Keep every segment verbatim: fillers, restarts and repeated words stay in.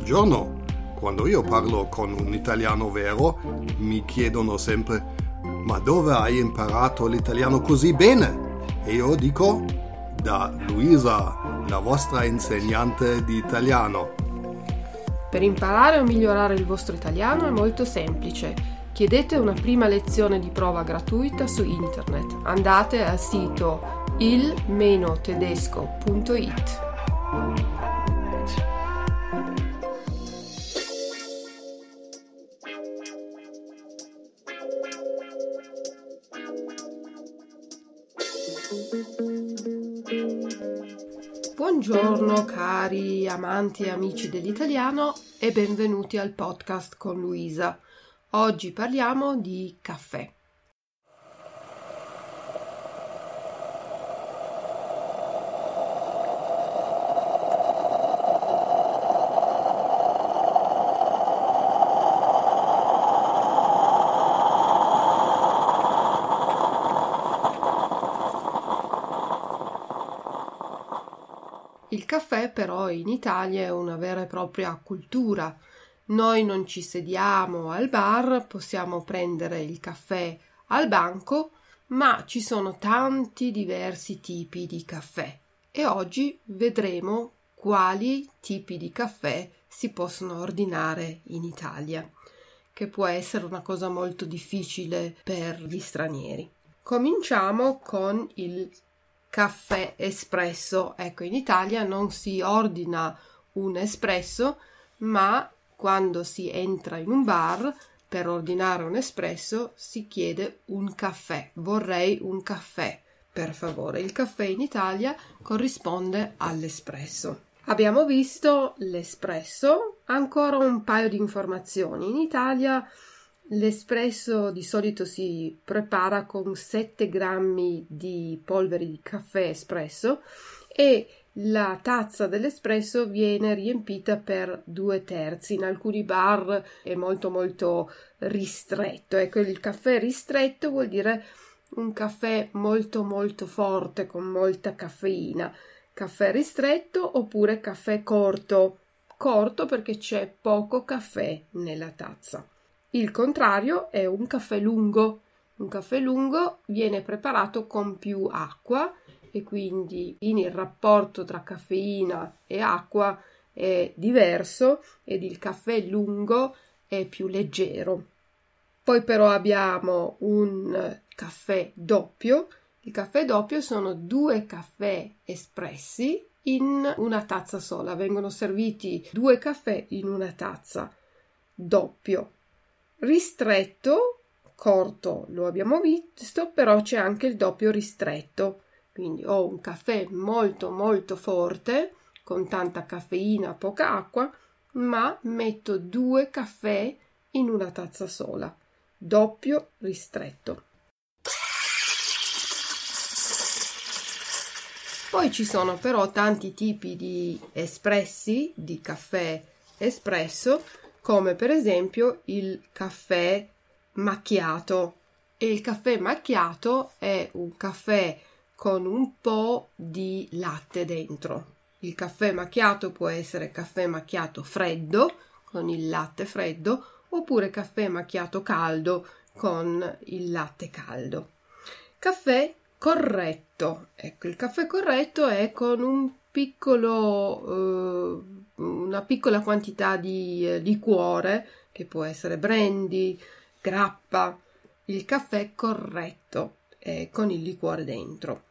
Buongiorno. Quando io parlo con un italiano vero, mi chiedono sempre: ma dove hai imparato l'italiano così bene? E io dico: da Luisa, la vostra insegnante di italiano. Per imparare o migliorare il vostro italiano è molto semplice. Chiedete una prima lezione di prova gratuita su internet. Andate al sito il tedesco punto it. Buongiorno cari amanti e amici dell'italiano e benvenuti al podcast con Luisa. Oggi parliamo di caffè. Il caffè però in Italia è una vera e propria cultura. Noi non ci sediamo al bar, possiamo prendere il caffè al banco, ma ci sono tanti diversi tipi di caffè e oggi vedremo quali tipi di caffè si possono ordinare in Italia, che può essere una cosa molto difficile per gli stranieri. Cominciamo con il caffè espresso. Ecco, in Italia non si ordina un espresso, ma quando si entra in un bar per ordinare un espresso si chiede un caffè. Vorrei un caffè, per favore. Il caffè in Italia corrisponde all'espresso. Abbiamo visto l'espresso, ancora un paio di informazioni. In Italia l'espresso di solito si prepara con sette grammi di polvere di caffè espresso e la tazza dell'espresso viene riempita per due terzi. In alcuni bar è molto molto ristretto. Ecco, il caffè ristretto vuol dire un caffè molto molto forte con molta caffeina. Caffè ristretto oppure caffè corto. Corto perché c'è poco caffè nella tazza. Il contrario è un caffè lungo. Un caffè lungo viene preparato con più acqua e quindi il rapporto tra caffeina e acqua è diverso ed il caffè lungo è più leggero. Poi però abbiamo un caffè doppio. Il caffè doppio sono due caffè espressi in una tazza sola. Vengono serviti due caffè in una tazza. Doppio. Ristretto, corto lo abbiamo visto, però c'è anche il doppio ristretto, quindi ho un caffè molto molto forte con tanta caffeina, poca acqua, ma metto due caffè in una tazza sola, doppio ristretto. Poi ci sono però tanti tipi di espressi, di caffè espresso, come per esempio il caffè macchiato. E il caffè macchiato è un caffè con un po' di latte dentro. Il caffè macchiato può essere caffè macchiato freddo, con il latte freddo, oppure caffè macchiato caldo, con il latte caldo. Caffè corretto. Ecco, il caffè corretto è con un piccolo eh, una piccola quantità di eh, liquore, che può essere brandy, grappa. Il caffè corretto è con il liquore dentro.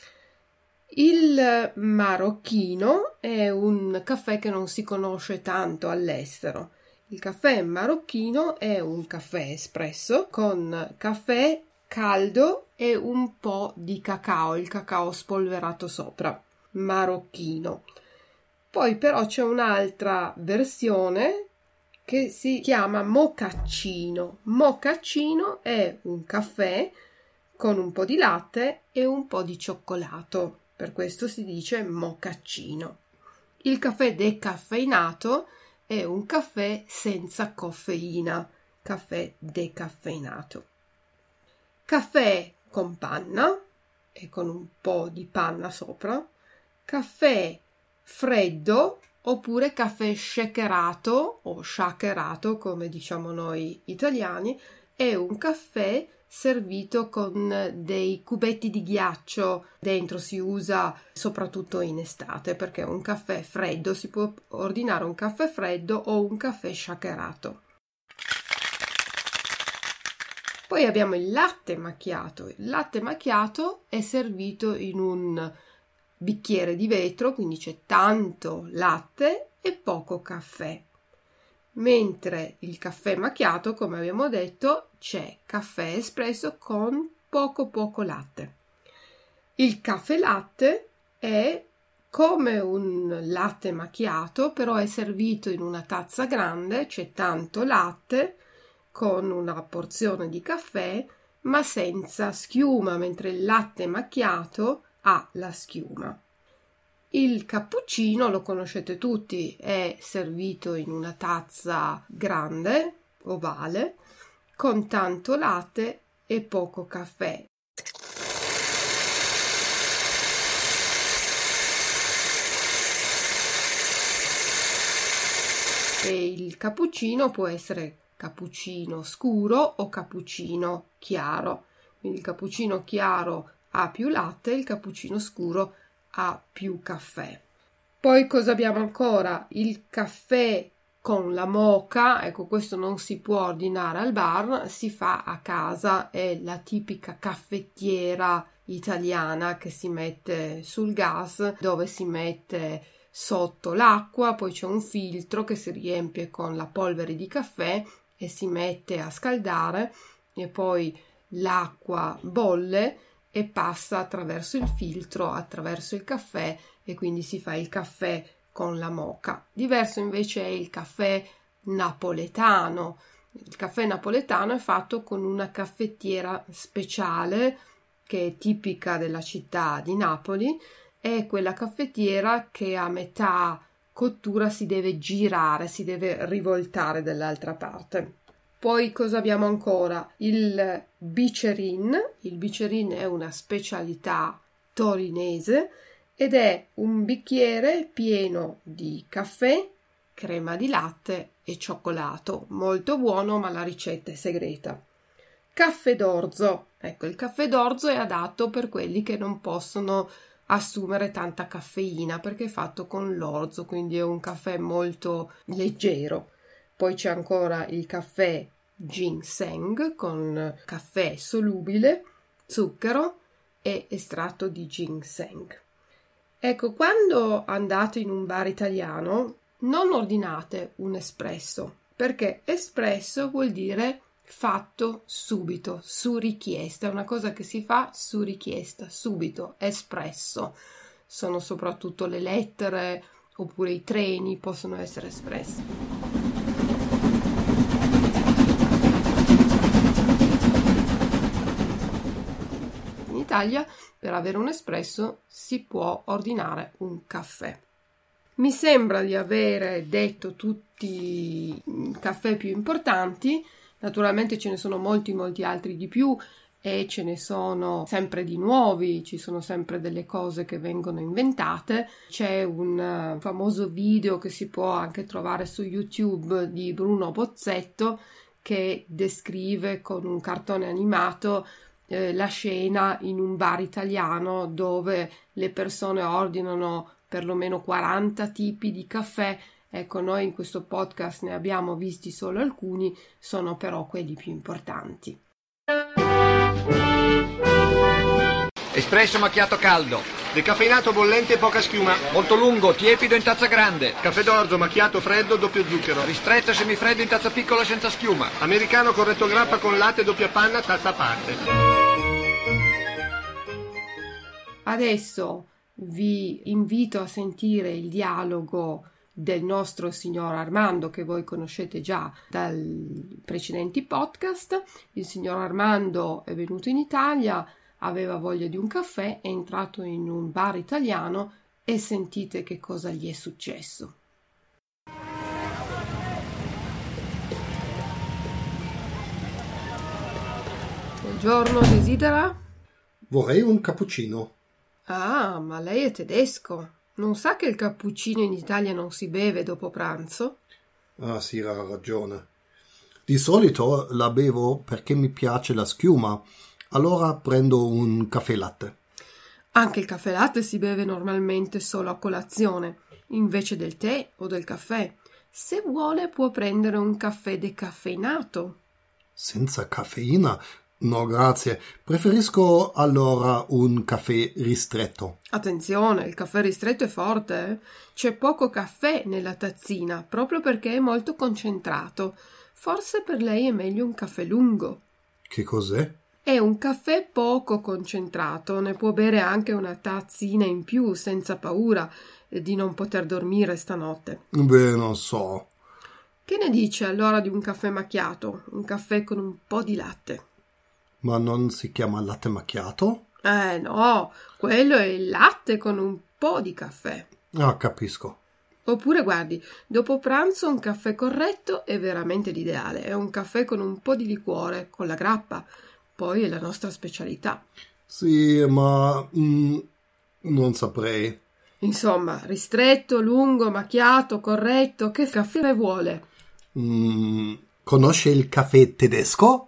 Il marocchino è un caffè che non si conosce tanto all'estero. Il caffè marocchino è un caffè espresso con caffè caldo e un po' di cacao, il cacao spolverato sopra. Marocchino. Poi però c'è un'altra versione che si chiama mocaccino. Mocaccino è un caffè con un po' di latte e un po' di cioccolato, per questo si dice mocaccino. Il caffè decaffeinato è un caffè senza caffeina, caffè decaffeinato. Caffè con panna e con un po' di panna sopra. Caffè freddo oppure caffè shakerato o shakerato come diciamo noi italiani. È un caffè servito con dei cubetti di ghiaccio dentro, si usa soprattutto in estate perché è un caffè freddo, si può ordinare un caffè freddo o un caffè shakerato. Poi abbiamo il latte macchiato. Il latte macchiato è servito in un bicchiere di vetro, quindi c'è tanto latte e poco caffè. Mentre il caffè macchiato, come abbiamo detto, c'è caffè espresso con poco poco latte. Il caffè latte è come un latte macchiato, però è servito in una tazza grande, c'è tanto latte con una porzione di caffè, ma senza schiuma, mentre il latte macchiato ha la schiuma. Il cappuccino lo conoscete tutti, è servito in una tazza grande, ovale, con tanto latte e poco caffè. E il cappuccino può essere cappuccino scuro o cappuccino chiaro. Quindi il cappuccino chiaro ha più latte, il cappuccino scuro ha più caffè. Poi cosa abbiamo ancora? Il caffè con la moka, ecco, questo non si può ordinare al bar, si fa a casa, è la tipica caffettiera italiana che si mette sul gas, dove si mette sotto l'acqua, poi c'è un filtro che si riempie con la polvere di caffè e si mette a scaldare e poi l'acqua bolle e passa attraverso il filtro, attraverso il caffè e quindi si fa il caffè con la moka. Diverso invece è il caffè napoletano. Il caffè napoletano è fatto con una caffettiera speciale che è tipica della città di Napoli. È quella caffettiera che a metà cottura si deve girare, si deve rivoltare dall'altra parte. Poi cosa abbiamo ancora? Il bicerin. Il bicerin è una specialità torinese ed è un bicchiere pieno di caffè, crema di latte e cioccolato. Molto buono, ma la ricetta è segreta. Caffè d'orzo. Ecco, il caffè d'orzo è adatto per quelli che non possono assumere tanta caffeina perché è fatto con l'orzo, quindi è un caffè molto leggero. Poi c'è ancora il caffè ginseng con caffè solubile, zucchero e estratto di ginseng. Ecco, quando andate in un bar italiano non ordinate un espresso, perché espresso vuol dire fatto subito, su richiesta, è una cosa che si fa su richiesta, subito, espresso. Sono soprattutto le lettere oppure i treni possono essere espressi. In Italia, per avere un espresso, si può ordinare un caffè. Mi sembra di avere detto tutti i caffè più importanti. Naturalmente ce ne sono molti molti altri di più e ce ne sono sempre di nuovi, ci sono sempre delle cose che vengono inventate. C'è un famoso video che si può anche trovare su YouTube di Bruno Bozzetto che descrive con un cartone animato eh, la scena in un bar italiano dove le persone ordinano perlomeno quaranta tipi di caffè. Ecco, noi in questo podcast ne abbiamo visti solo alcuni, sono però quelli più importanti. Espresso macchiato caldo. Decaffeinato bollente e poca schiuma. Molto lungo, tiepido in tazza grande. Caffè d'orzo macchiato freddo, doppio zucchero. Ristretto semifreddo in tazza piccola senza schiuma. Americano corretto grappa con latte doppia panna, tazza a parte. Adesso vi invito a sentire il dialogo del nostro signor Armando che voi conoscete già dai precedenti podcast. Il signor Armando è venuto in Italia, aveva voglia di un caffè, è entrato in un bar italiano e sentite che cosa gli è successo. Buongiorno, desidera? Vorrei un cappuccino. Ah, ma lei è tedesco. Non sa che il cappuccino in Italia non si beve dopo pranzo? Ah sì, ha ragione. Di solito la bevo perché mi piace la schiuma, allora prendo un caffè latte. Anche il caffè latte si beve normalmente solo a colazione, invece del tè o del caffè. Se vuole può prendere un caffè decaffeinato. Senza caffeina? No, grazie. Preferisco allora un caffè ristretto. Attenzione, il caffè ristretto è forte, eh? C'è poco caffè nella tazzina, proprio perché è molto concentrato. Forse per lei è meglio un caffè lungo. Che cos'è? È un caffè poco concentrato, ne può bere anche una tazzina in più senza paura di non poter dormire stanotte. Beh, non so. Che ne dice allora di un caffè macchiato, un caffè con un po' di latte? Ma non si chiama latte macchiato? Eh no, quello è il latte con un po' di caffè. Ah, capisco. Oppure guardi, dopo pranzo un caffè corretto è veramente l'ideale, è un caffè con un po' di liquore, con la grappa, poi è la nostra specialità. Sì, ma mm, non saprei. Insomma, ristretto, lungo, macchiato, corretto, che caffè vuole? Mm, conosce il caffè tedesco?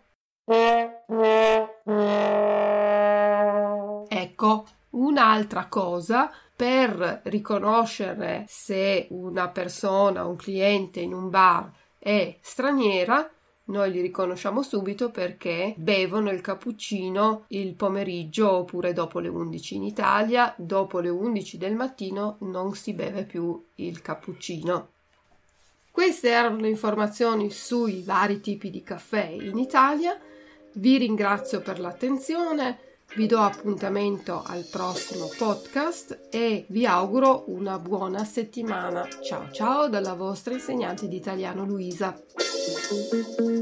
Ecco, un'altra cosa per riconoscere se una persona, un cliente in un bar è straniera, noi li riconosciamo subito perché bevono il cappuccino il pomeriggio oppure dopo le undici. In Italia, dopo le undici del mattino non si beve più il cappuccino. Queste erano le informazioni sui vari tipi di caffè in Italia. Vi ringrazio per l'attenzione, vi do appuntamento al prossimo podcast e vi auguro una buona settimana. Ciao ciao dalla vostra insegnante di italiano Luisa.